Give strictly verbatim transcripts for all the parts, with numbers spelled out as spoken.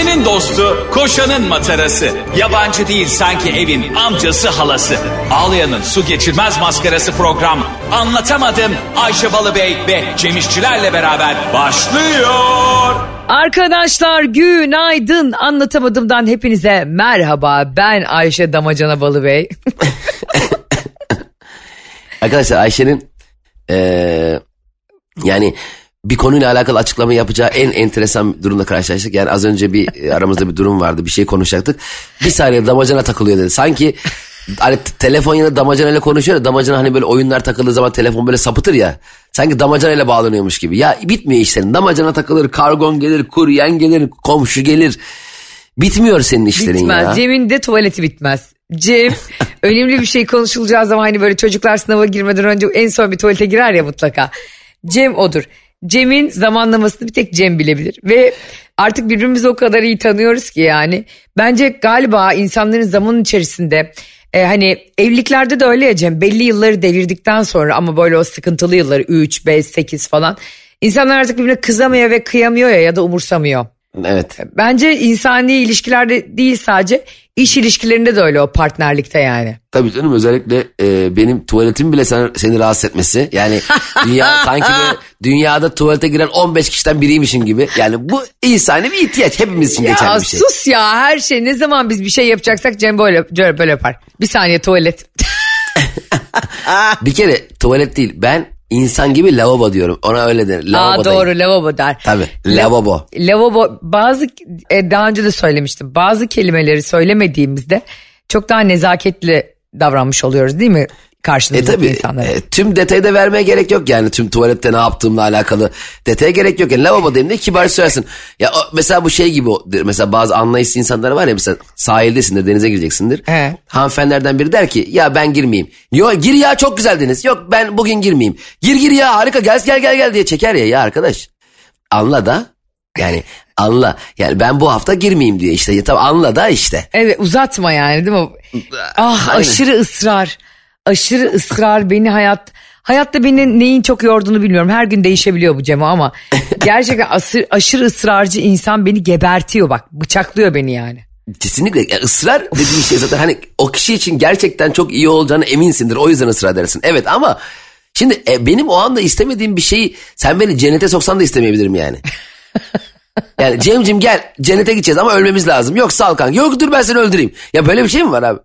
Ayşe'nin dostu, koşanın matarası. Yabancı değil sanki evin amcası halası. Ağlayan'ın su geçirmez maskarası program. Anlatamadım Ayşe Balıbey ve Cemişçilerle beraber başlıyor. Arkadaşlar günaydın. Anlatamadımdan hepinize merhaba. Ben Ayşe Damacana Balıbey. Arkadaşlar Ayşe'nin ee, yani bir konuyla alakalı açıklama yapacağı en enteresan bir durumla karşılaştık. Yani az önce bir aramızda bir durum vardı, bir şey konuşacaktık. Bir saniye damacana takılıyor dedi. Sanki hani telefon yine damacanayla konuşuyor ya, damacana hani böyle oyunlar takıldığı zaman telefon böyle sapıtır ya. Sanki damacanayla bağlanıyormuş gibi. Ya bitmiyor işlerin. Damacana takılır, kargon gelir, kuryen gelir, komşu gelir. Bitmiyor senin işlerin bitmez. ya. Cem'in de tuvaleti bitmez. Cem önemli bir şey konuşulacağı zaman hani böyle çocuklar sınava girmeden önce en son bir tuvalete girer ya mutlaka. Cem odur. Cem'in zamanlamasını bir tek Cem bilebilir ve artık birbirimizi o kadar iyi tanıyoruz ki yani. Bence galiba insanların zaman içerisinde e, hani evliliklerde de öyle ya Cem, belli yılları devirdikten sonra ama böyle o sıkıntılı yılları üç, beş, sekiz falan insanlar artık birbirine kızamıyor ve kıyamıyor ya ya da umursamıyor. Evet. Bence insani ilişkilerde değil sadece iş ilişkilerinde de öyle, o partnerlikte yani. Tabii canım, özellikle e, benim tuvaletim bile sen, seni rahatsız etmesi. Yani dünya sanki böyle dünyada tuvalete giren on beş kişiden biriymişim gibi. Yani bu insani bir ihtiyaç, hepimiz için ya geçen bir şey. Sus ya, her şey ne zaman biz bir şey yapacaksak Cem böyle böyle, böyle yapar. Bir saniye tuvalet. Bir kere tuvalet değil, ben İnsan gibi lavabo diyorum. Ona öyle denir. Lavabo Aa doğru, lavabo der. Tabii lavabo. Lavabo bazı e, daha önce de söylemiştim. Bazı kelimeleri söylemediğimizde çok daha nezaketli davranmış oluyoruz değil mi? Karşımızdaki e tabii, insanlara. E, tüm detayı da vermeye gerek yok yani. Tüm tuvalette ne yaptığımla alakalı detaya gerek yok. Yani lavabo dediğimde kibar söylersin. Ya o, mesela bu şey gibi, mesela bazı anlayışsız insanlar var ya, mesela sahildesindir, denize gireceksindir. He. Hanımefendilerden biri der ki ya ben girmeyeyim. Yok gir ya, çok güzel deniz. Yok ben bugün girmeyeyim. Gir gir ya, harika, gel gel gel gel diye çeker ya. Ya arkadaş anla da yani anla. Yani ben bu hafta girmeyeyim diye işte. Ya, tabii anla da işte. Evet, uzatma yani değil mi? Ah Aynen. aşırı ısrar. Aşırı ısrar beni hayat... Hayatta beni neyin çok yorduğunu bilmiyorum. Her gün değişebiliyor bu Cemo ama gerçekten asır, aşırı ısrarcı insan beni gebertiyor bak. Bıçaklıyor beni yani. Kesinlikle. Ya, ısrar dediğin şey zaten hani o kişi için gerçekten çok iyi olacağını eminsindir. O yüzden ısrar edersin. Evet ama şimdi e, benim o anda istemediğim bir şeyi sen beni cennete soksan da istemeyebilirim yani. Yani Cem'cim gel cennete gideceğiz ama ölmemiz lazım. Yok sağ ol kanka. Yok dur ben seni öldüreyim. Ya böyle bir şey mi var abi?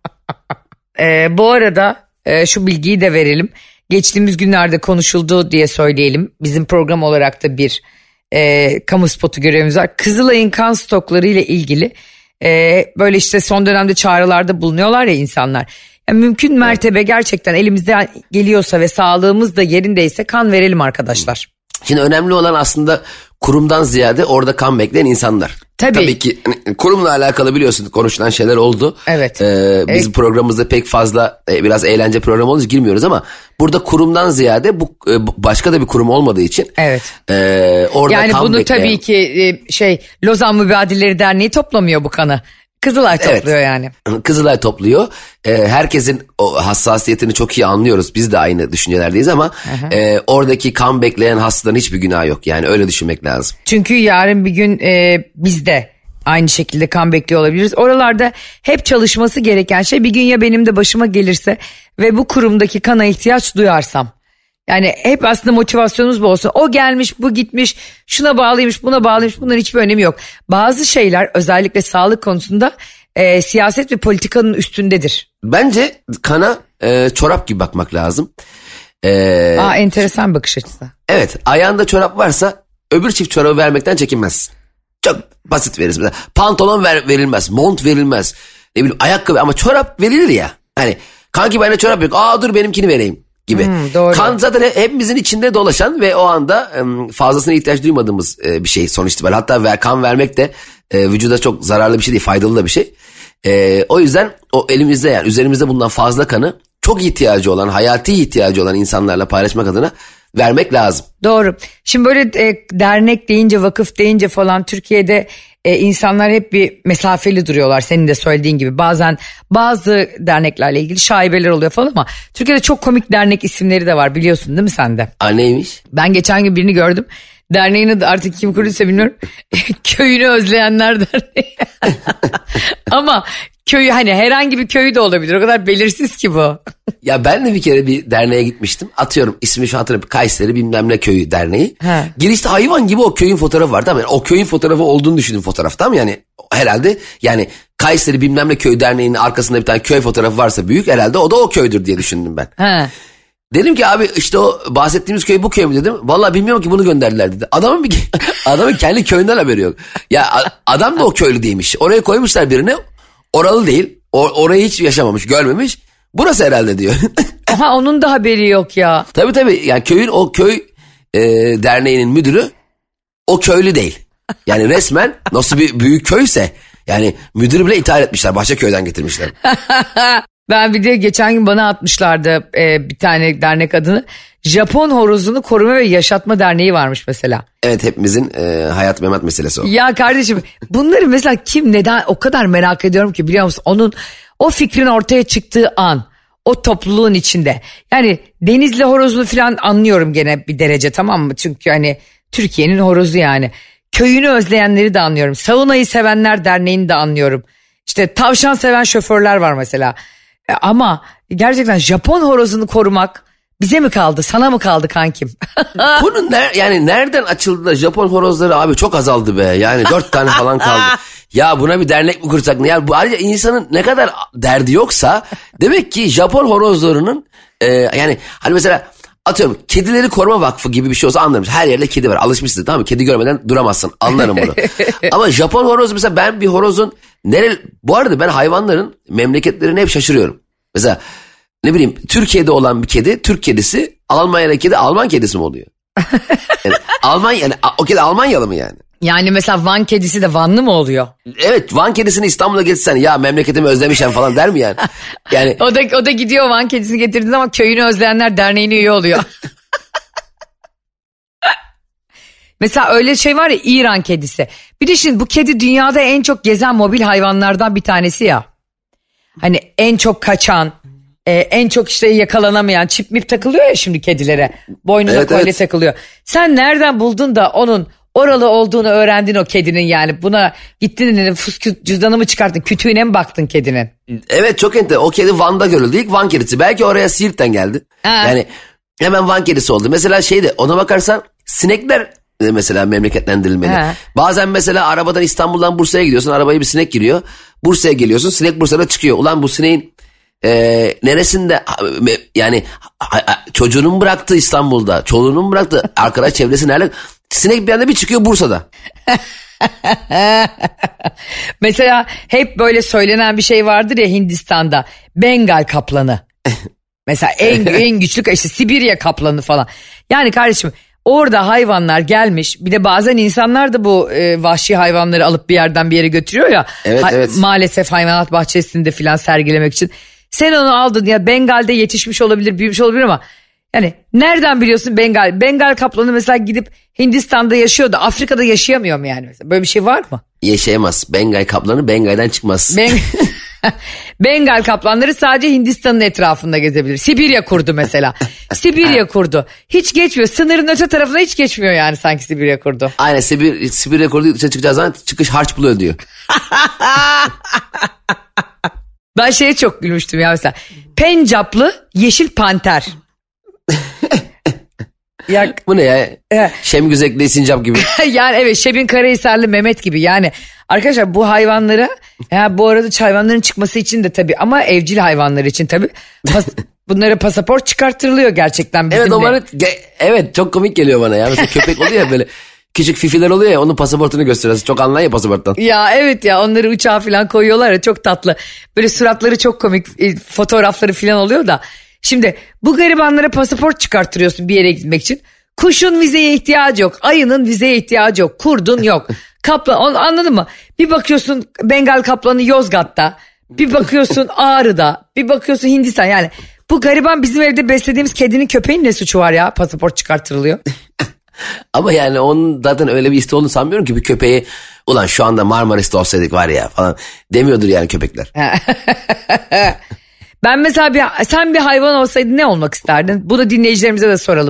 Ee, bu arada e, şu bilgiyi de verelim. Geçtiğimiz günlerde konuşuldu diye söyleyelim. Bizim program olarak da bir e, kamu spotu görevimiz var. Kızılay'ın kan stokları ile ilgili e, böyle işte son dönemde çağrılarda bulunuyorlar ya insanlar. Yani mümkün mertebe gerçekten elimizde geliyorsa ve sağlığımız da yerindeyse kan verelim arkadaşlar. Şimdi önemli olan aslında kurumdan ziyade orada kan bekleyen insanlar. Tabii. Tabii ki kurumla alakalı biliyorsun konuşulan şeyler oldu. Evet. Ee, biz evet. programımızda pek fazla e, biraz eğlence programı olduğu için girmiyoruz ama burada kurumdan ziyade bu e, başka da bir kurum olmadığı için. Evet. E, orada yani kan bunu bekleyen... tabii ki e, şey Lozan Mübadilleri Derneği toplamıyor bu kanı. Kızılay topluyor evet. yani. Kızılay topluyor. Ee, herkesin o hassasiyetini çok iyi anlıyoruz. Biz de aynı düşüncelerdeyiz ama e, oradaki kan bekleyen hastaların hiçbir günahı yok. Yani öyle düşünmek lazım. Çünkü yarın bir gün e, biz de aynı şekilde kan bekliyor olabiliriz. Oralarda hep çalışması gereken şey bir gün ya benim de başıma gelirse ve bu kurumdaki kana ihtiyaç duyarsam. Yani hep aslında motivasyonumuz bu olsun. O gelmiş, bu gitmiş, şuna bağlıymış, buna bağlıymış. Bunların hiçbir önemi yok. Bazı şeyler özellikle sağlık konusunda e, siyaset ve politikanın üstündedir. Bence kana e, çorap gibi bakmak lazım. E, Aa, enteresan bakış açısı. Evet, ayağında çorap varsa öbür çift çorabı vermekten çekinmez. Çok basit veririz. Mesela pantolon ver, verilmez, mont verilmez. Ne bileyim ayakkabı ama çorap verilir ya. Hani kanki bende çorap yok. Aa dur benimkini vereyim. Gibi. Hmm, doğru. Kan zaten hepimizin içinde dolaşan ve o anda fazlasına ihtiyaç duymadığımız bir şey sonuç itibariyle. Hatta ver, kan vermek de vücuda çok zararlı bir şey değil, faydalı da bir şey. O yüzden o elimizde yani üzerimizde bulunan fazla kanı çok ihtiyacı olan, hayati ihtiyacı olan insanlarla paylaşmak adına vermek lazım. Doğru. Şimdi böyle e, dernek deyince, vakıf deyince falan Türkiye'de e, insanlar hep bir mesafeli duruyorlar. Senin de söylediğin gibi bazen bazı derneklerle ilgili şaibeler oluyor falan ama Türkiye'de çok komik dernek isimleri de var biliyorsun değil mi sen de? Aa, neymiş? Ben geçen gün birini gördüm. Derneğini de artık kim kurduysa bilmiyorum. Köyünü özleyenler derneği. Ama köyü hani herhangi bir köyü de olabilir. O kadar belirsiz ki bu. Ya ben de bir kere bir derneğe gitmiştim. Atıyorum ismi şu an hatırlamıyorum. Kayseri bilmem ne köyü derneği. He. Girişte hayvan gibi o köyün fotoğrafı var. Tamam yani o köyün fotoğrafı olduğunu düşündüm fotoğrafta ama yani herhalde yani Kayseri bilmem ne köy derneğinin arkasında bir tane köy fotoğrafı varsa büyük herhalde o da o köydür diye düşündüm ben. He. Dedim ki abi işte o bahsettiğimiz köy bu köy mü dedim. Vallahi bilmiyorum ki bunu gönderdiler dedi. Adamın bir adamın kendi köyünden haberi yok. Ya adam da o köylü değilmiş. Oraya koymuşlar birini. Oralı değil. Or- orayı hiç yaşamamış, görmemiş. Burası herhalde diyor. Aha onun da haberi yok ya. Tabii tabii. Yani köyün o köy e, derneğinin müdürü o köylü değil. Yani resmen nasıl bir büyük köyse yani müdürü bile ithal etmişler. Başka köyden getirmişler. Ben bir de geçen gün bana atmışlardı e, bir tane dernek adını. Japon horozunu koruma ve yaşatma derneği varmış mesela. Evet hepimizin e, hayat memat meselesi o. Ya kardeşim bunları mesela kim neden o kadar merak ediyorum ki biliyor musun? Onun o fikrin ortaya çıktığı an o topluluğun içinde. Yani Denizli horozunu falan anlıyorum gene bir derece tamam mı? Çünkü hani Türkiye'nin horozu yani. Köyünü özleyenleri de anlıyorum. Saunayı sevenler derneğini de anlıyorum. İşte tavşan seven şoförler var mesela. Ama gerçekten Japon horozunu korumak bize mi kaldı, sana mı kaldı kankim? Bunun ner- yani nereden açıldı da Japon horozları abi çok azaldı be. Yani dört tane falan kaldı. Ya buna bir dernek mi kursak? Yani bu ayrıca insanın ne kadar derdi yoksa demek ki Japon horozlarının e, yani hani mesela atıyorum kedileri koruma vakfı gibi bir şey olsa anlarım. Her yerde kedi var. Alışmışsın tamam mı? Kedi görmeden duramazsın. Anlarım bunu. Ama Japon horozu mesela ben bir horozun nereli... Bu arada ben hayvanların memleketlerine hep şaşırıyorum. Mesela ne bileyim Türkiye'de olan bir kedi Türk kedisi, Almanya'daki kedi Alman kedisi mi oluyor? Yani Alman yani o kedi Almanyalı mı yani? Yani mesela Van kedisi de Vanlı mı oluyor? Evet Van kedisini İstanbul'a getirsen ya memleketimi özlemişim falan der mi yani? Yani o da o da gidiyor Van kedisini getirdiği zaman köyünü özleyenler derneğine üye oluyor. Mesela öyle şey var ya İran kedisi. Bir de şimdi bu kedi dünyada en çok gezen mobil hayvanlardan bir tanesi ya. Hani en çok kaçan, e, en çok işte yakalanamayan çip mip takılıyor ya şimdi kedilere. Boynuna evet, kolye evet. takılıyor. Sen nereden buldun da onun oralı olduğunu öğrendin o kedinin yani. Buna gittin nüfus cüzdanı mı çıkarttın, kütüğüne mi baktın kedinin? Evet çok enter. O kedi Van'da görüldü. İlk Van kedisi. Belki oraya Siirt'ten geldi. Ha. Yani hemen Van kedisi oldu. Mesela şeyde ona bakarsan sinekler mesela memleketlendirilmeli. He. Bazen mesela arabadan İstanbul'dan Bursa'ya gidiyorsun. Arabaya bir sinek giriyor. Bursa'ya geliyorsun. Sinek Bursa'da çıkıyor. Ulan bu sineğin e, neresinde yani çocuğunun bıraktığı İstanbul'da. Çoluğunun bıraktığı arkadaş çevresi nerede? Sinek bir anda bir çıkıyor Bursa'da. Mesela hep böyle söylenen bir şey vardır ya Hindistan'da. Bengal kaplanı. Mesela en, en güçlü işte Sibirya kaplanı falan. Yani kardeşim orada hayvanlar gelmiş. Bir de bazen insanlar da bu e, vahşi hayvanları alıp bir yerden bir yere götürüyor ya. Evet, ha, evet. Maalesef hayvanat bahçesinde filan sergilemek için. Sen onu aldın ya Bengal'de yetişmiş olabilir, büyümüş olabilir ama yani nereden biliyorsun Bengal? Bengal kaplanı mesela gidip Hindistan'da yaşıyor da Afrika'da yaşayamıyor mu yani mesela? Böyle bir şey var mı? Yaşayamaz. Bengal kaplanı Bengal'den çıkmaz. Ben... Bengal kaplanları sadece Hindistan'ın etrafında gezebilir. Sibirya kurdu mesela. Sibirya kurdu. Hiç geçmiyor. Sınırın öte tarafına hiç geçmiyor yani sanki Sibirya kurdu. Aynen Sibir, Sibirya kurdu dışarı çıkacağı zaman çıkış harç buluyor diyor. Ben şeye çok gülmüştüm ya mesela. Pencaplı yeşil panter. Ya, bu ne ya? Evet. Şem Güzekli Sincap gibi. Yani evet Şebin Karahisarlı Mehmet gibi yani. Arkadaşlar bu hayvanlara ya bu arada hayvanların çıkması için de tabii ama evcil hayvanlar için tabii pas, bunlara pasaport çıkarttırılıyor gerçekten bizimle. Evet o bana, evet çok komik geliyor bana ya. Mesela köpek oluyor ya böyle küçük fifiler oluyor ya onun pasaportunu gösteriyorsun. Çok anlar ya pasaporttan. Ya evet ya onları uçağa falan koyuyorlar ya çok tatlı. Böyle suratları çok komik fotoğrafları falan oluyor da. Şimdi bu garibanlara pasaport çıkarttırıyorsun bir yere gitmek için. Kuşun vizeye ihtiyacı yok. Ayının vizeye ihtiyacı yok. Kurdun yok. Kaplan anladın mı? Bir bakıyorsun Bengal kaplanı Yozgat'ta. Bir bakıyorsun Ağrı'da. Bir bakıyorsun Hindistan yani. Bu gariban bizim evde beslediğimiz kedinin köpeğin ne suçu var ya? Pasaport çıkarttırılıyor. Ama yani onun zaten öyle bir isteği olduğunu sanmıyorum ki bir köpeği ulan şu anda Marmaris'te olsaydık var ya falan demiyordur yani köpekler. Ben mesela bir, sen bir hayvan olsaydın ne olmak isterdin? Bunu dinleyicilerimize de soralım.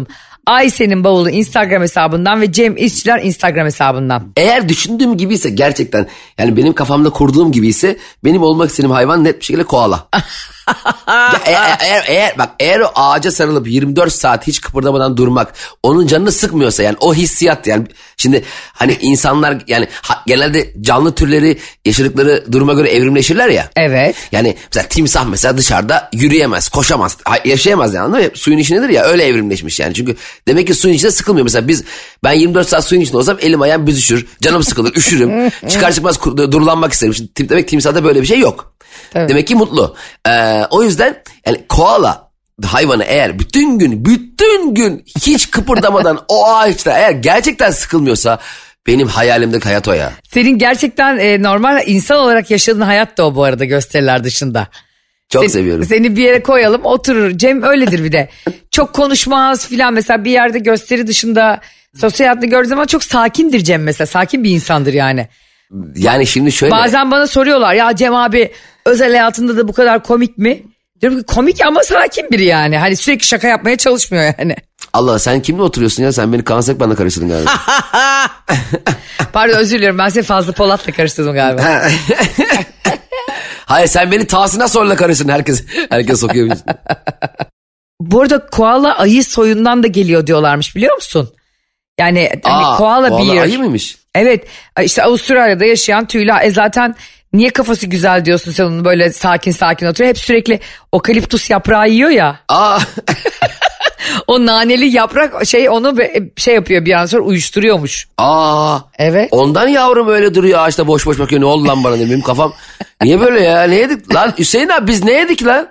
Ayşe'nin bavulu Instagram hesabından ve Cem İşçiler Instagram hesabından. Eğer düşündüğüm gibiyse gerçekten yani benim kafamda kurduğum gibiyse benim olmak istediğim hayvan net bir şekilde koala. Ya eğer, eğer, eğer bak eğer o ağaca sarılıp yirmi dört saat hiç kıpırdamadan durmak onun canını sıkmıyorsa yani o hissiyat yani şimdi hani insanlar yani ha, genelde canlı türleri yaşadıkları duruma göre evrimleşirler ya. Evet. Yani mesela timsah mesela dışarıda yürüyemez, koşamaz, yaşayamaz yani anladın mı? Suyun içindedir ya öyle evrimleşmiş yani çünkü demek ki suyun içinde sıkılmıyor. Mesela biz ben yirmi dört saat suyun içinde olsam elim ayağım büzüşür, canım sıkılır, üşürüm, çıkar çıkmaz durulanmak isterim. Şimdi demek timsahta böyle bir şey yok. Tabii. Demek ki mutlu. Ee, o yüzden yani koala hayvanı eğer bütün gün bütün gün hiç kıpırdamadan o ağaçta eğer gerçekten sıkılmıyorsa benim hayalimdeki hayat o ya. Senin gerçekten e, normal insan olarak yaşadığın hayat da o bu arada gösteriler dışında. Çok Sen, seviyorum. Seni bir yere koyalım oturur. Cem öyledir bir de. Çok konuşmaz filan mesela bir yerde gösteri dışında sosyal hayatını gördüğü zaman çok sakindir Cem mesela. Sakin bir insandır yani. Yani şimdi şöyle. Bazen bana soruyorlar ya Cem abi özel hayatında da bu kadar komik mi? Diyorum ki komik ama sakin biri yani. Hani sürekli şaka yapmaya çalışmıyor yani. Allah sen kimle oturuyorsun ya? Sen beni Kaan Sekban'la karıştırdın galiba. Pardon özür diliyorum ben seni Fazlı Polat'la karıştırdım galiba. Hayır sen beni Tahsin Asor'la karıştırdın. Herkes, herkes sokuyor. Bu arada koala ayı soyundan da geliyor diyorlarmış biliyor musun? Yani hani Aa, koala, koala bir ayı mıymış? Evet işte Avustralya'da yaşayan tüylü e zaten niye kafası güzel diyorsun sen onu böyle sakin sakin oturuyor. Hep sürekli okaliptus yaprağı yiyor ya. Aa. O naneli yaprak şey onu şey yapıyor bir an sonra uyuşturuyormuş. Aa. Evet. Ondan yavrum öyle duruyor ağaçta boş boş bakıyor ne oldu lan bana diye benim kafam. Niye böyle ya ne yedik lan Hüseyin abi biz ne yedik lan?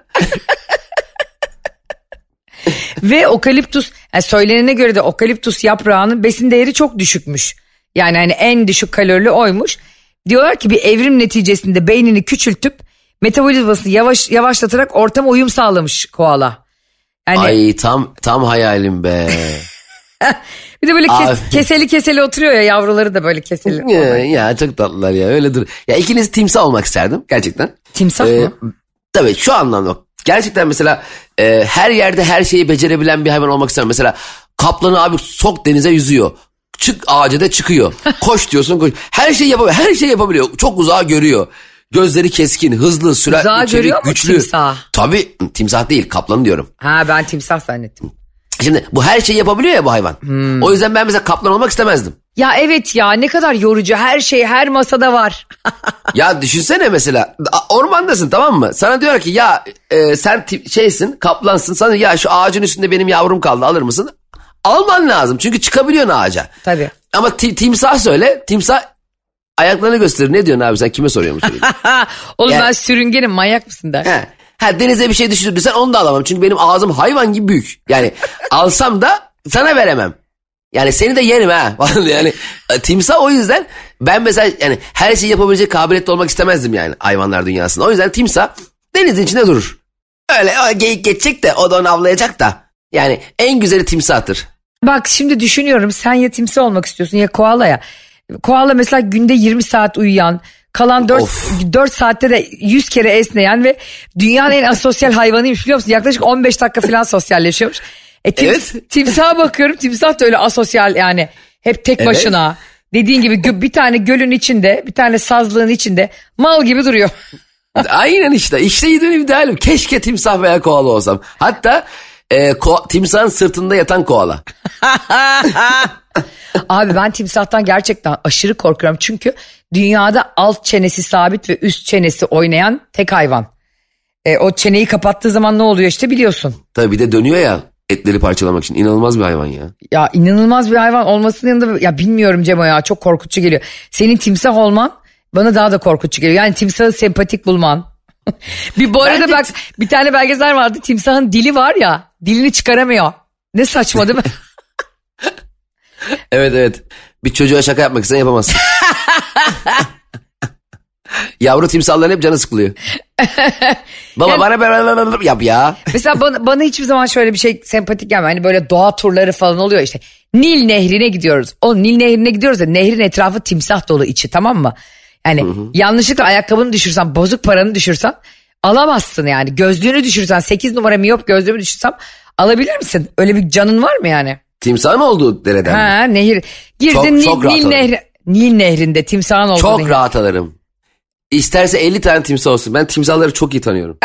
Ve okaliptus yani söylenene göre de okaliptus yaprağının besin değeri çok düşükmüş. Yani hani en düşük kalorili oymuş. Diyorlar ki bir evrim neticesinde beynini küçültüp metabolizmasını yavaş yavaşlatarak ortama uyum sağlamış koala. Yani, ay tam tam hayalim be. bir de böyle kes, keseli keseli oturuyor ya yavruları da böyle keseli. ya, ya çok tatlılar ya öyledir. Ya ikiniz timsah olmak isterdim gerçekten. Timsah ee, mı? Tabii şu anlamda. Gerçekten mesela e, her yerde her şeyi becerebilen bir hayvan olmak isterim. Mesela kaplanı abi sok denize yüzüyor. Çık ağaca da çıkıyor. Koş diyorsun koş. Her şeyi yapabiliyor. Her şeyi yapabiliyor. Çok uzağa görüyor. Gözleri keskin, hızlı, süratli, çevik, güçlü. Timsah? Tabii timsah değil kaplanı diyorum. Ha ben timsah zannettim. Şimdi bu her şeyi yapabiliyor ya bu hayvan. Hmm. O yüzden ben mesela kaplan olmak istemezdim. Ya evet ya ne kadar yorucu her şey her masada var. Ya düşünsene mesela ormandasın tamam mı? Sana diyor ki ya e, sen t- şeysin kaplansın sana ya şu ağacın üstünde benim yavrum kaldı alır mısın? Alman lazım çünkü çıkabiliyorsun ağaca. Tabii. Ama t- timsah söyle timsah ayaklarını gösterir ne diyorsun abi sen kime soruyormuş? Oğlum yani, ben sürüngenim manyak mısın der. He, ha, denize bir şey düşürdüysen onu da alamam çünkü benim ağzım hayvan gibi büyük. Yani alsam da sana veremem. Yani seni de yerim ha. Yani timsah o yüzden ben mesela yani her şeyi yapabilecek kabiliyette olmak istemezdim yani hayvanlar dünyasında. O yüzden timsah denizin içinde durur. Öyle o geyik geçecek de o da onu avlayacak da. Yani en güzeli timsahtır. Bak şimdi düşünüyorum sen ya timsah olmak istiyorsun ya koala ya. Koala mesela günde yirmi saat uyuyan, kalan dört saatte de yüz kere esneyen ve dünyanın en asosyal hayvanıymış biliyor musun? Yaklaşık on beş dakika falan sosyalleşiyormuş. E, tim, evet. Timsaha bakıyorum timsah da öyle asosyal yani hep tek evet. başına. Dediğin gibi bir tane gölün içinde bir tane sazlığın içinde mal gibi duruyor. Aynen işte işte benim idealim. Keşke timsah veya koala olsam. Hatta e, ko- timsahın sırtında yatan koala. Abi ben timsahtan gerçekten aşırı korkuyorum. Çünkü dünyada alt çenesi sabit ve üst çenesi oynayan tek hayvan. E, o çeneyi kapattığı zaman ne oluyor işte biliyorsun. Tabii bir de dönüyor ya etleri parçalamak için. İnanılmaz bir hayvan ya. Ya inanılmaz bir hayvan olmasının yanında ya bilmiyorum Cemo ya çok korkutucu geliyor. Senin timsah olman bana daha da korkutucu geliyor. Yani timsahı sempatik bulman. bir bu arada bak bir tane belgesel vardı timsahın dili var ya dilini çıkaramıyor. Ne saçma değil mi? Evet evet. Bir çocuğa şaka yapmak istersen yapamazsın. Yavru timsahların hep canı sıkılıyor. Baba yani, bana böyle yap ya. Mesela bana, bana hiçbir zaman şöyle bir şey sempatik gelmiyor. Hani böyle doğa turları falan oluyor işte. Nil Nehri'ne gidiyoruz. O Nil Nehri'ne gidiyoruz da nehrin etrafı timsah dolu içi tamam mı? Yani hı hı. yanlışlıkla ayakkabını düşürsen bozuk paranı düşürsen alamazsın yani. Gözlüğünü düşürsen sekiz numara miyop gözlüğümü düşürsem alabilir misin? Öyle bir canın var mı yani? Timsahın olduğu dereden mi? Ha, nehir. Girdin Çok- Nil, çok rahat Nil, alırım. nehri, Nil nehrinde timsahın olduğu Çok nehir. rahat alırım. İsterse elli tane timsah olsun. Ben timsahları çok iyi tanıyorum.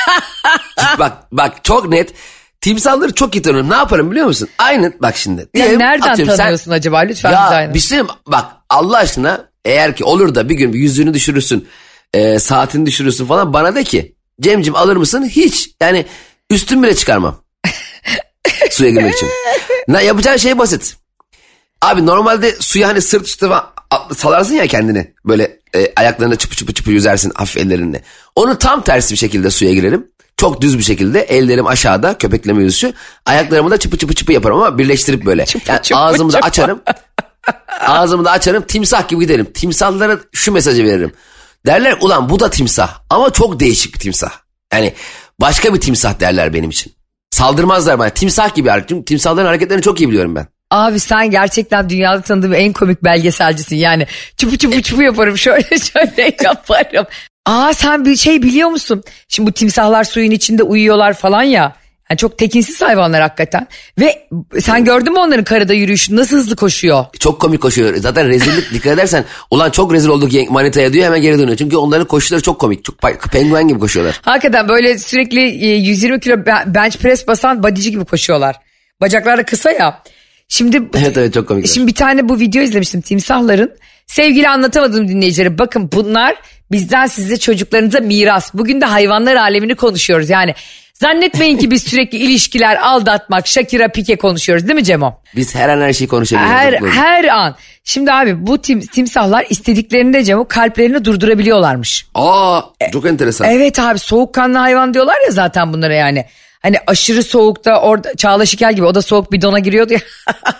bak bak çok net. Timsahları çok iyi tanıyorum. Ne yaparım biliyor musun? Aynı bak şimdi. Ya Diyelim, nereden atıyorum, sen- tanıyorsun acaba? Lütfen bize Ya aynı. bir şey diyeyim mi? Bak Allah aşkına eğer ki olur da bir gün bir yüzüğünü düşürürsün, e, saatini düşürürsün falan, bana de ki Cem'cim alır mısın? Hiç, yani üstüm bile çıkarmam suya girmek için. Ne yapacağın şey basit. Abi normalde suya hani sırt üstü falan at- salarsın ya kendini, böyle e, ayaklarında çıpı çıpı çıpı yüzersin hafif ellerinle. Onu tam tersi bir şekilde suya girerim. Çok düz bir şekilde, ellerim aşağıda köpekleme yüzüsü, ayaklarımı da çıpı çıpı çıpı yaparım ama birleştirip böyle. Yani çıpı ağzımı da çıpı. açarım. Ağzımı da açarım, timsah gibi giderim. Timsahlara şu mesajı veririm. Derler ulan bu da timsah ama çok değişik bir timsah. Yani başka bir timsah derler benim için. Saldırmazlar bana. Timsah gibi hareket. Çünkü timsahların hareketlerini çok iyi biliyorum ben. Abi sen gerçekten dünyada tanıdığım en komik belgeselcisin yani. Çupu çupu çupu yaparım, şöyle şöyle yaparım. Aa, sen bir şey biliyor musun? Şimdi bu timsahlar suyun içinde uyuyorlar falan ya. Yani çok tekinsiz hayvanlar hakikaten. Ve sen gördün mü onların karada yürüyüşünü, nasıl hızlı koşuyor? Çok komik koşuyor. Zaten rezillik, dikkat edersen ulan çok rezil olduk manitaya diyor, hemen geri dönüyor. Çünkü onların koşuları çok komik. Çok pa- penguen gibi koşuyorlar. Hakikaten böyle sürekli e, yüz yirmi kilo be- bench press basan bodyci gibi koşuyorlar. Bacakları kısa ya. Şimdi Evet evet, çok komik. Şimdi bir tane bu video izlemiştim timsahların. Sevgili anlatamadım dinleyicileri, bakın bunlar bizden size, çocuklarınıza miras. Bugün de hayvanlar alemini konuşuyoruz yani. Zannetmeyin ki biz sürekli ilişkiler, aldatmak, Shakira, Pique konuşuyoruz değil mi Cemo? Biz her an her şeyi konuşabiliriz. Her, Mutlu olun. her an. Şimdi abi bu tim, timsahlar istediklerinde Cemo kalplerini durdurabiliyorlarmış. Aa, çok enteresan. Evet abi, soğukkanlı hayvan diyorlar ya zaten bunlara yani. Hani aşırı soğukta orada Çağla Şikel gibi, o da soğuk bidona giriyordu ya.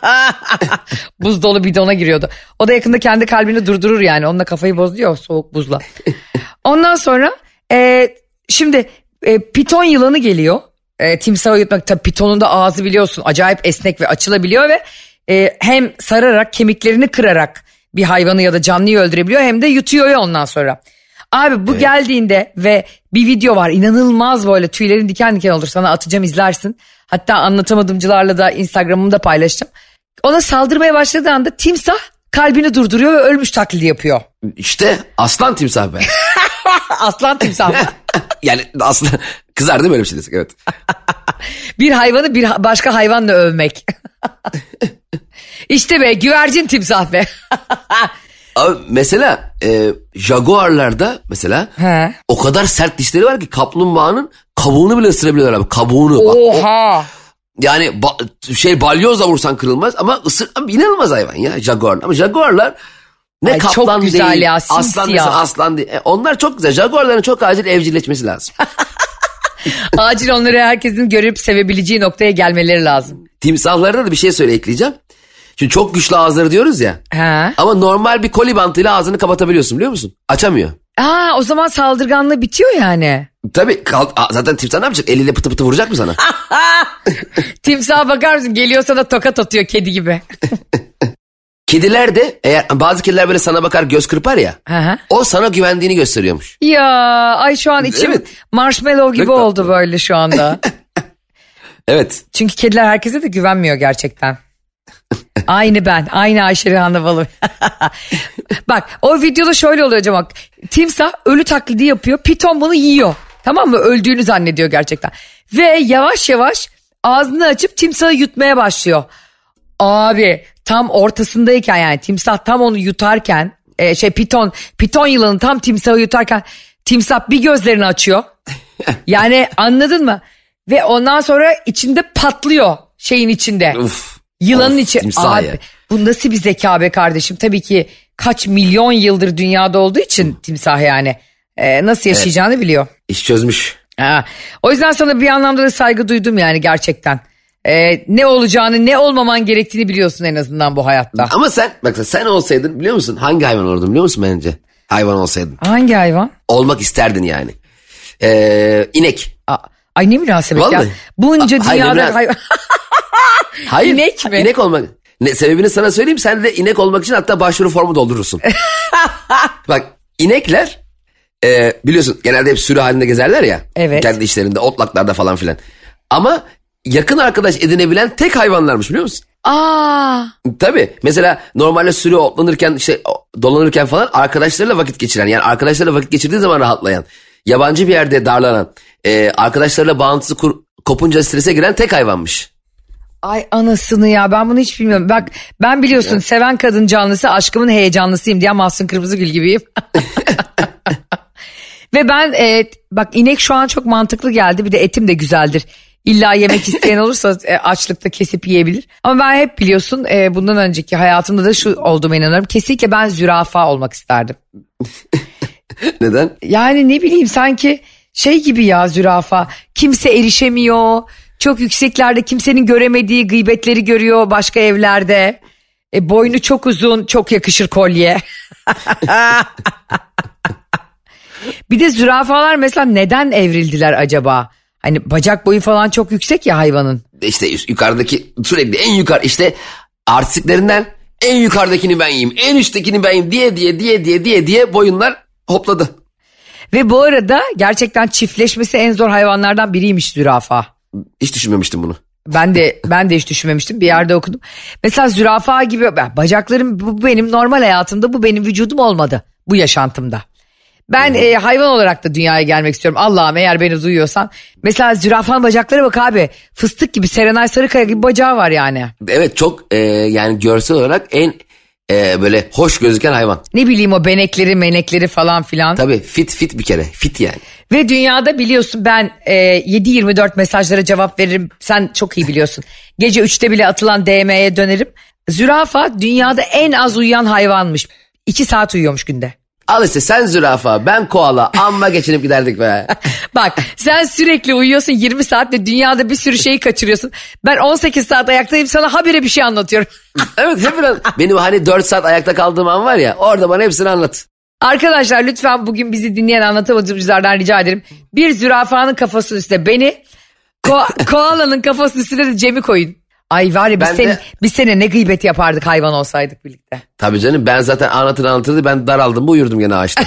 Buz dolu bidona giriyordu. O da yakında kendi kalbini durdurur yani. Onunla kafayı bozuyor soğuk buzla. Ondan sonra e, şimdi e, piton yılanı geliyor. E, timsahı yutmak. Tabii pitonun da ağzı biliyorsun acayip esnek ve açılabiliyor ve e, hem sararak, kemiklerini kırarak bir hayvanı ya da canlıyı öldürebiliyor, hem de yutuyor ya ondan sonra. Abi bu evet. geldiğinde ve bir video var, inanılmaz, böyle tüylerin diken diken olur, sana atacağım, izlersin. Hatta anlatamadımcılarla da Instagram'ımda paylaşacağım. Ona saldırmaya başladığı anda timsah kalbini durduruyor ve ölmüş taklidi yapıyor. İşte aslan timsah be. Aslan timsah. Yani aslan kızar değil mi öyle bir şey desek, evet. Bir hayvanı bir başka hayvanla övmek. İşte be, güvercin timsah be. Abi mesela e, jaguarlarda mesela He. o kadar sert dişleri var ki kaplumbağanın kabuğunu bile ısırabiliyorlar abi, kabuğunu. Bak, Oha. o, yani ba- şey balyozla vursan kırılmaz ama ısır, abi inanılmaz hayvan ya jaguar. Ama jaguarlar ne Ay, kaplan çok güzel değil, ya, aslan simsiyah. mesela aslan değil. E, onlar çok güzel. Jaguarların çok acil evcilleşmesi lazım. Acil onları herkesin görüp sevebileceği noktaya gelmeleri lazım. Timsahlarda da bir şey söyle ekleyeceğim. Şimdi çok güçlü ağızları diyoruz ya. He. Ama normal bir koli bantıyla ağzını kapatabiliyorsun, biliyor musun? Açamıyor. Aa, o zaman saldırganlığı bitiyor yani. Tabii kal- zaten timsah ne yapacak? Eliyle pıtı pıtı vuracak mı sana? Timsaha bakar mısın? Geliyor sana tokat atıyor kedi gibi. Kediler de, eğer bazı kediler böyle sana bakar göz kırpar ya. Hı hı. O sana güvendiğini gösteriyormuş. Ya ay şu an içim Evet. marshmallow gibi Çok tatlı. oldu böyle şu anda. Evet. Çünkü kediler herkese de güvenmiyor gerçekten. Aynı ben. Aynı Ayşe Rehan'la balı. Bak o videoda şöyle oluyor Cemal. Timsah ölü taklidi yapıyor. Piton bunu yiyor. Tamam mı? Öldüğünü zannediyor gerçekten. Ve yavaş yavaş ağzını açıp timsahı yutmaya başlıyor. Abi tam ortasındayken, yani timsah tam onu yutarken, e, şey piton, piton yılanı tam timsahı yutarken timsah bir gözlerini açıyor. Yani anladın mı? Ve ondan sonra içinde patlıyor, şeyin içinde. Uf. Yılanın Of, içi. timsah Abi ya. bu nasıl bir zeka be kardeşim? Tabii ki kaç milyon yıldır dünyada olduğu için timsah yani e, nasıl yaşayacağını evet. biliyor. İş çözmüş. Ha. O yüzden sana bir anlamda da saygı duydum yani gerçekten. E, ne olacağını, ne olmaman gerektiğini biliyorsun en azından bu hayatta. Ama sen bak sen olsaydın biliyor musun? Hangi hayvan olurdun biliyor musun bence? Hayvan olsaydın. Hangi hayvan? Olmak isterdin yani. Ee, inek. Aa, ay ne münasebet ya. Vallahi. Bunca A- hayır, dünyada biraz- hayvan. Hayır. İnek mi? İnek olmak. Ne, sebebini sana söyleyeyim, sen de inek olmak için hatta başvuru formu doldurursun. Bak inekler e, biliyorsun genelde hep sürü halinde gezerler ya. Evet. Kendi işlerinde, otlaklarda falan filan. Ama yakın arkadaş edinebilen tek hayvanlarmış, biliyor musun? Aa. Tabii. Mesela normalde sürü otlanırken, işte dolanırken falan arkadaşlarıyla vakit geçiren, yani arkadaşlarıyla vakit geçirdiği zaman rahatlayan, yabancı bir yerde darlanan, e, arkadaşlarıyla bağıntısı kur, kopunca strese giren tek hayvanmış. Ay anasını ya, ben bunu hiç bilmiyorum. Bak ben biliyorsun ya, seven kadın canlısı, aşkımın heyecanlısıyım diye Mahsun Kırmızıgül gibiyim. Ve ben e, bak inek şu an çok mantıklı geldi, bir de etim de güzeldir. İlla yemek isteyen olursa e, açlıkta kesip yiyebilir. Ama ben hep biliyorsun e, bundan önceki hayatımda da şu olduğuma inanıyorum. Kesinlikle ben zürafa olmak isterdim. Neden? Yani ne bileyim, sanki şey gibi ya, zürafa. Kimse erişemiyor. Çok yükseklerde, kimsenin göremediği gıybetleri görüyor başka evlerde. E, boynu çok uzun, çok yakışır kolye. Bir de zürafalar mesela neden evrildiler acaba? Hani bacak boyu falan çok yüksek ya hayvanın. İşte yukarıdaki, sürekli en yukarı, işte artistlerinden en yukarıdakini ben yiyeyim, en üsttekini ben yiyeyim diye diye diye diye diye diye boyunlar hopladı. Ve bu arada gerçekten çiftleşmesi en zor hayvanlardan biriymiş zürafa. Hiç düşünmemiştim bunu. Ben de ben de hiç düşünmemiştim, bir yerde okudum. Mesela zürafa gibi bacaklarım, bu benim normal hayatımda, bu benim vücudum olmadı bu yaşantımda. Ben e, hayvan olarak da dünyaya gelmek istiyorum. Allah'ım eğer beni duyuyorsan. Mesela zürafanın bacakları bak abi. Fıstık gibi, Serenay Sarıkaya gibi bacağı var yani. Evet, çok e, yani görsel olarak en e, böyle hoş gözüken hayvan. Ne bileyim o benekleri menekleri falan filan. Tabii fit fit bir kere, fit yani. Ve dünyada biliyorsun ben e, yedi yirmi dört mesajlara cevap veririm. Sen çok iyi biliyorsun. Gece üçte bile atılan D M'ye dönerim. Zürafa dünyada en az uyuyan hayvanmış. iki saat uyuyormuş günde. Al işte, sen zürafa, ben koala, amma geçinip giderdik be. Bak sen sürekli uyuyorsun yirmi saat ve dünyada bir sürü şeyi kaçırıyorsun. Ben on sekiz saat ayaktayım, sana habire bir şey anlatıyorum. Evet, hep biraz. Benim hani dört saat ayakta kaldığım an var ya, orada bana hepsini anlat. Arkadaşlar lütfen bugün bizi dinleyen anlatamadığımızlardan rica ederim. Bir zürafanın kafasının üstüne beni, ko- koalanın kafasının üstüne de Cem'i koyun. Ay var ya biz, sene, de... biz sene ne gıybet yapardık hayvan olsaydık birlikte. Tabii canım, ben zaten anlatır anlatırdı, ben daraldım bu uyurdum gene ağaçta.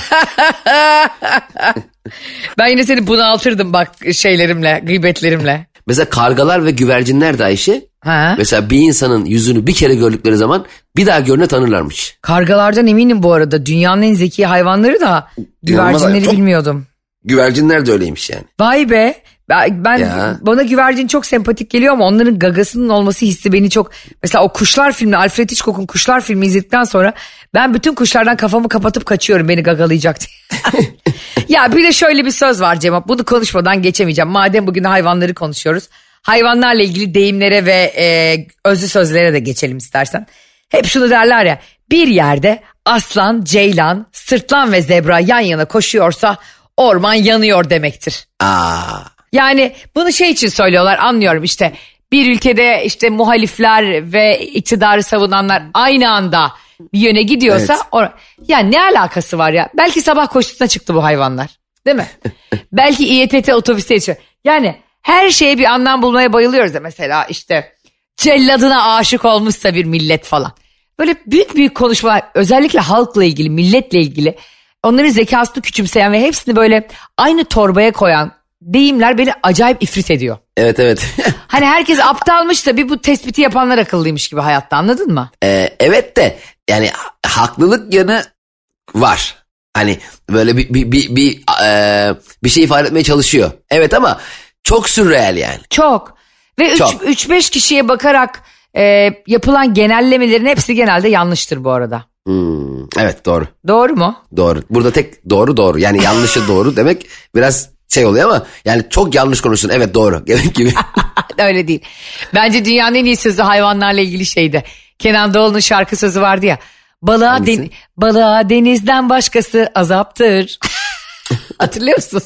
Ben yine seni bunaltırdım bak şeylerimle, gıybetlerimle. Mesela kargalar ve güvercinler de Ayşe. Ha? Mesela bir insanın yüzünü bir kere gördükleri zaman bir daha görüne tanırlarmış. Kargalardan eminim bu arada, dünyanın en zeki hayvanları da, güvercinleri çok... bilmiyordum. Güvercinler de öyleymiş yani. Vay be. Ben, ben bana güvercin çok sempatik geliyor ama onların gagasının olması hissi beni çok... Mesela o Kuşlar filmi, Alfred Hitchcock'un Kuşlar filmi izledikten sonra ben bütün kuşlardan kafamı kapatıp kaçıyorum beni gagalayacak diye. Ya bir de şöyle bir söz var Cem, bunu konuşmadan geçemeyeceğim. Madem bugün hayvanları konuşuyoruz, hayvanlarla ilgili deyimlere ve e, özlü sözlere de geçelim istersen. Hep şunu derler ya, bir yerde aslan, ceylan, sırtlan ve zebra yan yana koşuyorsa orman yanıyor demektir. Aa. Yani bunu şey için söylüyorlar, anlıyorum, işte bir ülkede işte muhalifler ve iktidarı savunanlar aynı anda bir yöne gidiyorsa evet. or- ya ne alakası var ya? Belki sabah koşusuna çıktı bu hayvanlar, değil mi? Belki İ E T T otobüste geçiyor. Yani her şeye bir anlam bulmaya bayılıyoruz da, mesela işte celladına aşık olmuşsa bir millet falan. Böyle büyük büyük konuşmalar, özellikle halkla ilgili, milletle ilgili, onların zekasını küçümseyen ve hepsini böyle aynı torbaya koyan deyimler beni acayip ifrit ediyor. Evet evet. Hani herkes aptalmış da bir bu tespiti yapanlar akıllıymış gibi hayatta, anladın mı? Ee, evet de yani haklılık yanı var. Hani böyle bir bir bir bir, e, bir şey ifade etmeye çalışıyor. Evet ama çok sürreel yani. Çok. Ve üç beş kişiye bakarak e, yapılan genellemelerin hepsi genelde yanlıştır bu arada. Hmm, evet doğru. Doğru mu? Doğru. Burada tek doğru doğru. Yani yanlışı doğru demek biraz şey oluyor ama yani çok yanlış konuştun. Evet doğru gibi. Öyle değil. Bence dünyanın en iyi sözü hayvanlarla ilgili şeydi. Kenan Doğulu'nun şarkı sözü vardı ya. Balığa, den- balığa denizden başkası azaptır. Hatırlıyor musunuz?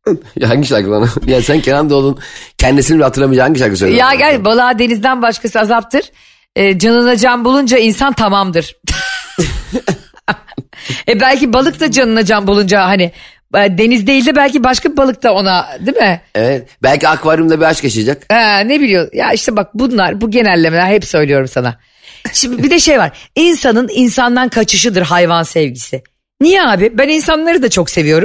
Ya hangi şarkı lan? Ya sen Kenan Doğulu'nun kendisini bile hatırlamayacağı hangi şarkı söylüyorsun? Ya gel, balığa denizden başkası azaptır. E, canına can bulunca insan tamamdır. e belki balık da canına can bulunca hani deniz değil de belki başka bir balık da ona, değil mi? Evet. Belki akvaryumda bir aşk yaşayacak. Ee, ne biliyor? Ya işte bak bunlar, bu genellemeler hep söylüyorum sana. Şimdi bir de şey var. İnsanın insandan kaçışıdır hayvan sevgisi. Niye abi? Ben insanları da çok seviyorum.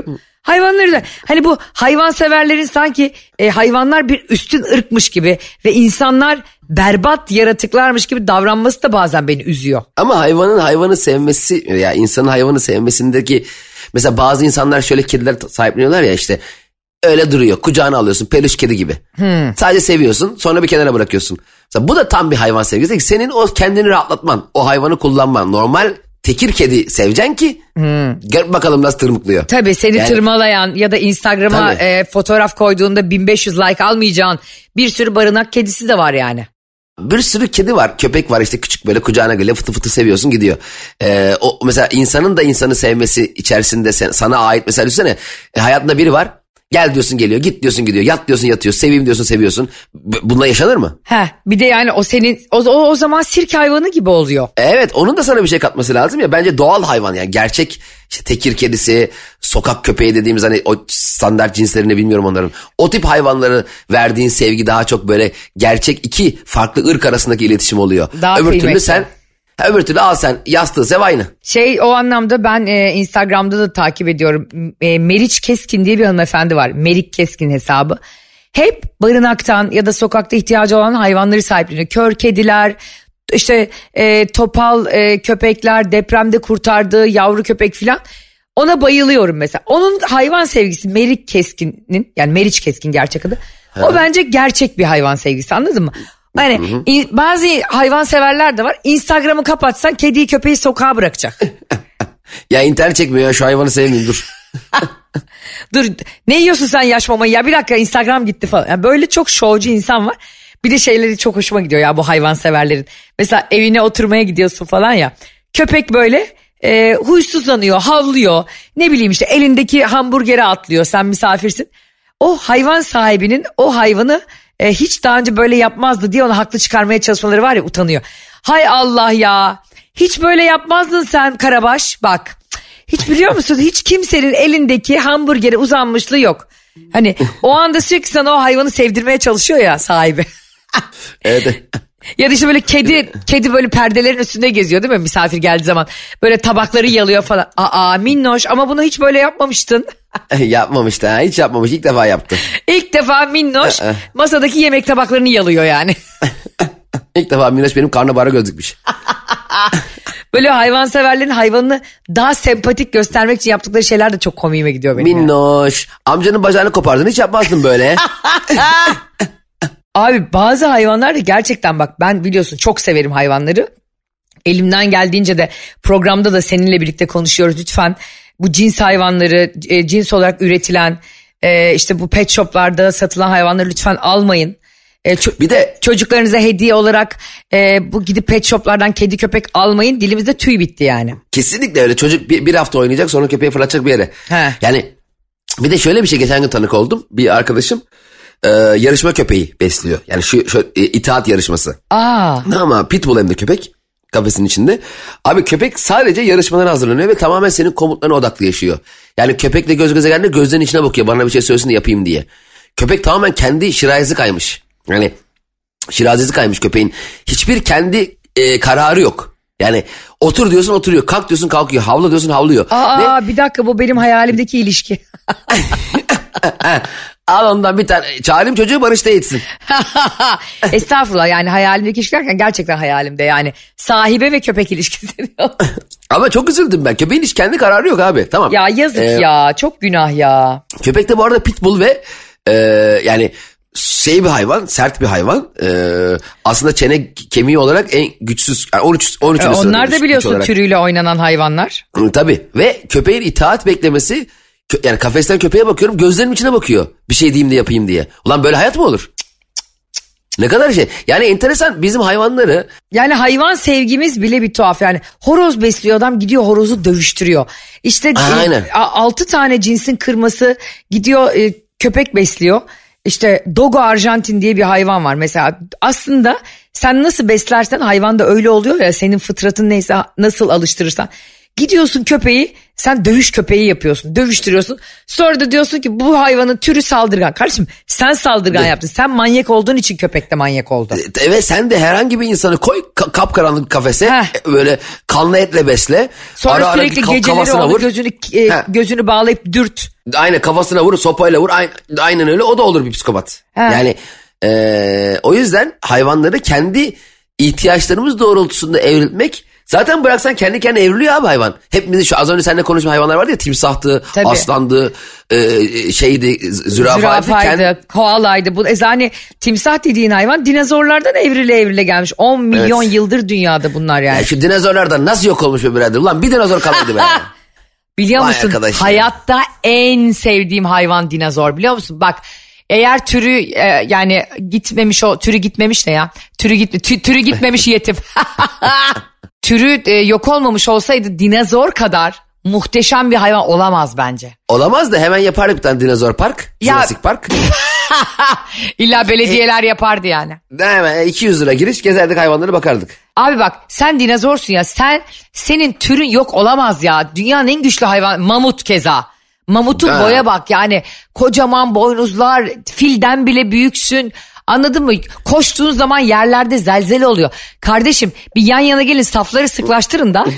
Hayvanları da hani bu hayvanseverlerin sanki e, hayvanlar bir üstün ırkmış gibi ve insanlar berbat yaratıklarmış gibi davranması da bazen beni üzüyor. Ama hayvanın hayvanı sevmesi ya insanın hayvanı sevmesindeki mesela bazı insanlar şöyle kediler sahipleniyorlar ya işte öyle duruyor kucağına alıyorsun peluş kedi gibi. Hmm. Sadece seviyorsun sonra bir kenara bırakıyorsun. Mesela bu da tam bir hayvan sevgisi. Senin o kendini rahatlatman o hayvanı kullanman normal. Tekir kedi seveceksin ki hmm. gör bakalım nasıl tırmıklıyor. Tabii seni yani, tırmalayan ya da Instagram'a e, fotoğraf koyduğunda bin beş yüz like almayacağın bir sürü barınak kedisi de var yani. Bir sürü kedi var, köpek var işte küçük böyle kucağına geliyor fıtı fıtı seviyorsun gidiyor. Ee, o mesela insanın da insanı sevmesi içerisinde sen, sana ait mesela düşünsene e, hayatında biri var. Gel diyorsun geliyor, git diyorsun gidiyor, yat diyorsun yatıyor, seveyim diyorsun seviyorsun. B- bununla yaşanır mı? Heh, bir de yani o senin o, o, o zaman sirk hayvanı gibi oluyor. Evet onun da sana bir şey katması lazım ya bence doğal hayvan yani gerçek işte tekir kedisi, sokak köpeği dediğimiz hani o standart cinslerini bilmiyorum onların. O tip hayvanları verdiğin sevgi daha çok böyle gerçek iki farklı ırk arasındaki iletişim oluyor. Daha Öbür kıymetli. türlü sen Öbür türlü al sen yastığı sev aynı. Şey o anlamda ben e, Instagram'da da takip ediyorum. E, Meriç Keskin diye bir hanımefendi var. Merik Keskin hesabı. Hep barınaktan ya da sokakta ihtiyacı olan hayvanları sahipleniyor. Kör kediler, işte e, topal e, köpekler, depremde kurtardığı yavru köpek filan. Ona bayılıyorum mesela. Onun hayvan sevgisi Merik Keskin'in yani Meriç Keskin gerçek adı. O ha. Bence gerçek bir hayvan sevgisi anladın mı? Yani hı hı. Bazı hayvan severler de var. Instagram'ı kapatsan kediyi köpeği sokağa bırakacak. Ya internet çekmiyor ya şu hayvanı sevmeyeyim dur. Dur ne yiyorsun sen yaş mamayı ya bir dakika Instagram gitti falan. Yani böyle çok şovcu insan var. Bir de şeyleri çok hoşuma gidiyor ya bu hayvan severlerin. Mesela evine oturmaya gidiyorsun falan ya. Köpek böyle e, huysuzlanıyor, havlıyor. Ne bileyim işte elindeki hamburgere atlıyor sen misafirsin. O hayvan sahibinin o hayvanı E, hiç daha önce böyle yapmazdı diye onu haklı çıkarmaya çalışmaları var ya utanıyor. Hay Allah ya hiç böyle yapmazdın sen Karabaş bak. Hiç biliyor musun hiç kimsenin elindeki hamburgere uzanmışlığı yok. Hani o anda sürekli sana o hayvanı sevdirmeye çalışıyor ya sahibi. Evet. Ya da işte böyle kedi kedi böyle perdelerin üstünde geziyor değil mi misafir geldiği zaman. Böyle tabakları yalıyor falan. Aa minnoş ama bunu hiç böyle yapmamıştın. Yapmamıştı ha hiç yapmamış ilk defa yaptı. İlk defa minnoş masadaki yemek tabaklarını yalıyor yani. İlk defa minnoş benim karnabahara göz dikmiş. Böyle hayvanseverlerin hayvanını daha sempatik göstermek için yaptıkları şeyler de çok komiğime gidiyor benim. Minnoş yani. Amcanın bacağını kopardın hiç yapmazdın böyle. Abi bazı hayvanlar da gerçekten bak ben biliyorsun çok severim hayvanları. Elimden geldiğince de programda da seninle birlikte konuşuyoruz lütfen. Bu cins hayvanları e, cins olarak üretilen e, işte bu pet shoplarda satılan hayvanları lütfen almayın. E, ço- bir de çocuklarınıza hediye olarak e, bu gidip pet shoplardan kedi köpek almayın. Dilimizde tüy bitti yani. Kesinlikle öyle çocuk bir, bir hafta oynayacak sonra köpeği fırlatacak bir yere. He. Yani bir de şöyle bir şey geçen gün tanık oldum. Bir arkadaşım e, yarışma köpeği besliyor. Yani şu, şu e, itaat yarışması. Aa. Ama pitbull hem de köpek. Kafesin içinde. Abi köpek sadece yarışmalara hazırlanıyor ve tamamen senin komutlarına odaklı yaşıyor. Yani köpekle göz göze geldiğinde gözlerinin içine bakıyor. Bana bir şey söylesin de yapayım diye. Köpek tamamen kendi şirazesi kaymış. Yani şirazesi kaymış köpeğin. Hiçbir kendi e, kararı yok. Yani otur diyorsun oturuyor. Kalk diyorsun kalkıyor. Havla diyorsun havlıyor. Aa ve... bir dakika bu benim hayalimdeki ilişki. Al ondan bir tane. Çağırayım çocuğu barışta yetsin. Estağfurullah yani hayalimdeki ilişki derken gerçekten hayalimde yani. Sahibe ve köpek ilişkisi. Ama çok üzüldüm ben. Köpeğin hiç kendi kararı yok abi. Tamam. Ya yazık ee, ya çok günah ya. Köpek de bu arada pitbull ve e, yani şey bir hayvan, sert bir hayvan. E, aslında çene kemiği olarak en güçsüz. Yani on üç on üç. E, onlar da biliyorsun türüyle oynanan hayvanlar. Hı, tabii ve köpeğin itaat beklemesi. Yani kafesten köpeğe bakıyorum gözlerimin içine bakıyor. Bir şey diyeyim de yapayım diye. Ulan böyle hayat mı olur? Ne kadar şey. Yani enteresan bizim hayvanları. Yani hayvan sevgimiz bile bir tuhaf. Yani horoz besliyor adam gidiyor horozu dövüştürüyor. İşte aynen. E, altı tane cinsin kırması gidiyor e, köpek besliyor. İşte Dogo Arjantin diye bir hayvan var mesela. Aslında sen nasıl beslersen hayvan da öyle oluyor ya senin fıtratın neyse nasıl alıştırırsan. Gidiyorsun köpeği sen dövüş köpeği yapıyorsun dövüştürüyorsun sonra da diyorsun ki bu hayvanın türü saldırgan. Kardeşim sen saldırgan yaptın sen manyak olduğun için köpek de manyak oldu. Evet sen de herhangi bir insanı koy kapkaranlık kafese Heh. böyle kanlı etle besle. Sonra ara sürekli ara geceleri onu gözünü, e, gözünü bağlayıp dürt. Aynen kafasına vur, sopayla vur. Aynen, aynen öyle, o da olur bir psikopat. He. Yani e, o yüzden hayvanları kendi ihtiyaçlarımız doğrultusunda evrilmek. Zaten bıraksan kendi kendine evriliyor abi hayvan. Hepimiz şu az önce seninle konuşma hayvanlar vardı ya, timsahtı, Tabii. aslandı, e, şeydi, zürafaydı. Zürafaydı, Kendi... koalaydı. Bu, yani timsah dediğin hayvan dinozorlardan evrile evrile gelmiş. on milyon Evet. yıldır dünyada bunlar yani. Ya şu dinozorlardan nasıl yok olmuş be birader? Ulan bir dinozor kalırdı be. Biliyor Vay musun? arkadaş ya. Hayatta en sevdiğim hayvan dinozor, biliyor musun? Bak, eğer türü e, yani gitmemiş, o türü gitmemiş ne ya? Türü gitme tü, türü gitmemiş yetim. Türü e, yok olmamış olsaydı dinozor kadar muhteşem bir hayvan olamaz bence. Olamaz da hemen yapardık bir tane dinozor park. Ya- Jurassic Park. İlla belediyeler yapardı yani. Hemen iki yüz lira giriş, gezerdik hayvanlara bakardık. Abi bak, sen dinozorsun ya, sen senin türün yok olamaz ya. Dünyanın en güçlü hayvan, mamut keza. Mamutun Ha. boya bak yani, kocaman boynuzlar, filden bile büyüksün. Anladın mı? Koştuğun zaman yerlerde zelzele oluyor. Kardeşim, bir yan yana gelin, safları sıklaştırın da.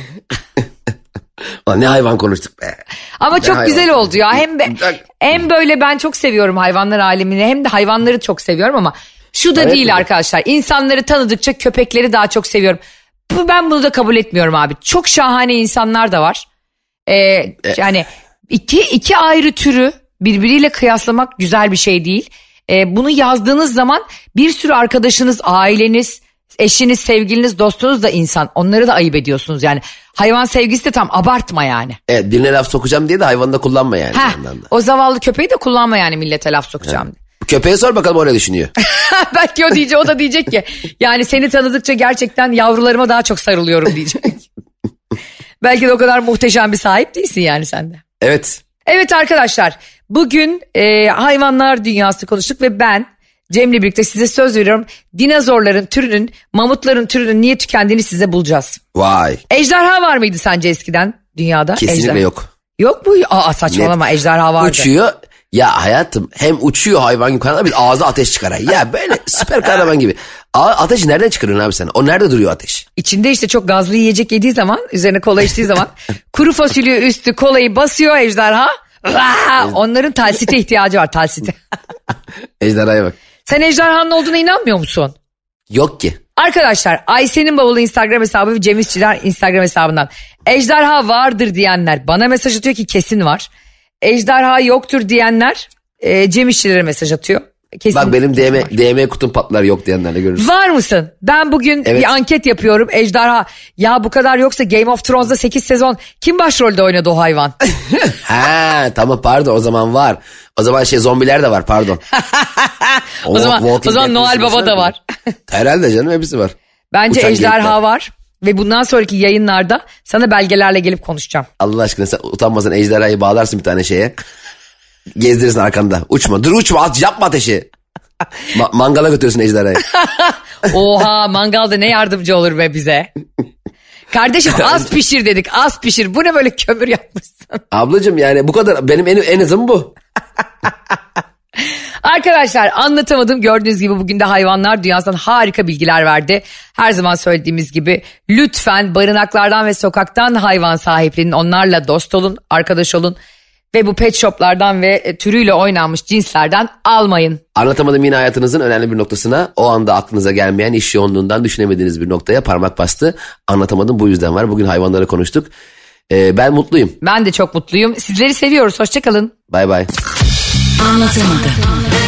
Lan ne hayvan konuştuk be. Ama çok hayvan güzel oldu ya. Hem be, Bak. hem böyle ben çok seviyorum hayvanlar alemini, hem de hayvanları çok seviyorum ama şu da Evet değil mi? arkadaşlar. İnsanları tanıdıkça köpekleri daha çok seviyorum. Bu, ben bunu da kabul etmiyorum abi. Çok şahane insanlar da var. Ee, yani iki iki ayrı türü birbiriyle kıyaslamak güzel bir şey değil. Ee, bunu yazdığınız zaman bir sürü arkadaşınız, aileniz, eşiniz, sevgiliniz, dostunuz da insan. Onları da ayıp ediyorsunuz yani. Hayvan sevgisi de tam abartma yani. Evet, diline laf sokacağım diye de hayvanı da kullanma yani. Heh, bir yandan da. o zavallı köpeği de kullanma yani, millete laf sokacağım diye. Köpeğe sor bakalım o ne düşünüyor. Belki o diyecek, o da diyecek ki yani seni tanıdıkça gerçekten yavrularıma daha çok sarılıyorum diyecek. Belki de o kadar muhteşem bir sahip değilsin yani sen de. Evet. Evet arkadaşlar, bugün e, hayvanlar dünyası konuştuk ve ben Cem'le birlikte size söz veriyorum. Dinozorların türünün, mamutların türünün niye tükendiğini size bulacağız. Vay. Ejderha var mıydı sence eskiden dünyada? Kesinlikle Ejder- yok. Yok mu? Aa saçmalama, Net. ejderha vardı. Uçuyor. Ya hayatım, hem uçuyor hayvan gibi kanal, bir ağzı ateş çıkaran. Ya böyle süper kahraman gibi. A- ateşi nereden çıkarıyorsun abi sen? O nerede duruyor ateş? İçinde işte çok gazlı yiyecek yediği zaman, üzerine kola içtiği zaman kuru fasulye üstü kolayı basıyor ejderha. Vaa! Onların talsite ihtiyacı var, talsite. Ejderhaya bak. Sen ejderhanın olduğuna inanmıyor musun? Yok ki. Arkadaşlar, Ayşe'nin bavulu Instagram hesabı ve Cem İşçiler Instagram hesabından ejderha vardır diyenler bana mesaj atıyor ki kesin var. Ejderha yoktur diyenler e, Cem İşçilere mesaj atıyor. Kesin, Bak benim kesin D M, var. D M kutum patlar, yok diyenlerle görürsün. Var mısın? Ben bugün Evet. bir anket yapıyorum. Ejderha, ya bu kadar yoksa Game of Thrones'da sekiz sezon kim başrolde oynadı o hayvan? Ha tamam, pardon, o zaman var. O zaman şey, zombiler de var, pardon. o zaman Walking o zaman Dead Noel dizisi Baba da mi? var. Herhalde canım, hepsi var. Bence Uçan ejderha geyikler. var ve bundan sonraki yayınlarda sana belgelerle gelip konuşacağım. Allah aşkına sen utanmasan ejderhayı bağlarsın bir tane şeye. Gezdirirsin arkanda. Uçma, dur uçma, at, yapma ateşi. Ma- mangala götürürsün ejderhayı. Oha, mangalda ne yardımcı olur be bize. Kardeşim az pişir dedik, az pişir. Bu ne böyle kömür yapmışsın? Ablacığım yani bu kadar, benim en, en azım bu. Arkadaşlar, anlatamadım. Gördüğünüz gibi bugün de hayvanlar dünyasından harika bilgiler verdi. Her zaman söylediğimiz gibi lütfen barınaklardan ve sokaktan hayvan sahiplerinin, onlarla dost olun, arkadaş olun. Ve bu pet shoplardan ve e, türüyle oynanmış cinslerden almayın. Anlatamadım yine hayatınızın önemli bir noktasına, o anda aklınıza gelmeyen, iş yoğunluğundan düşünemediğiniz bir noktaya parmak bastı. Anlatamadım bu yüzden var. Bugün hayvanlara konuştuk. Ee, ben mutluyum. Ben de çok mutluyum. Sizleri seviyoruz. Hoşça kalın. Bay bay. Anlatamadım.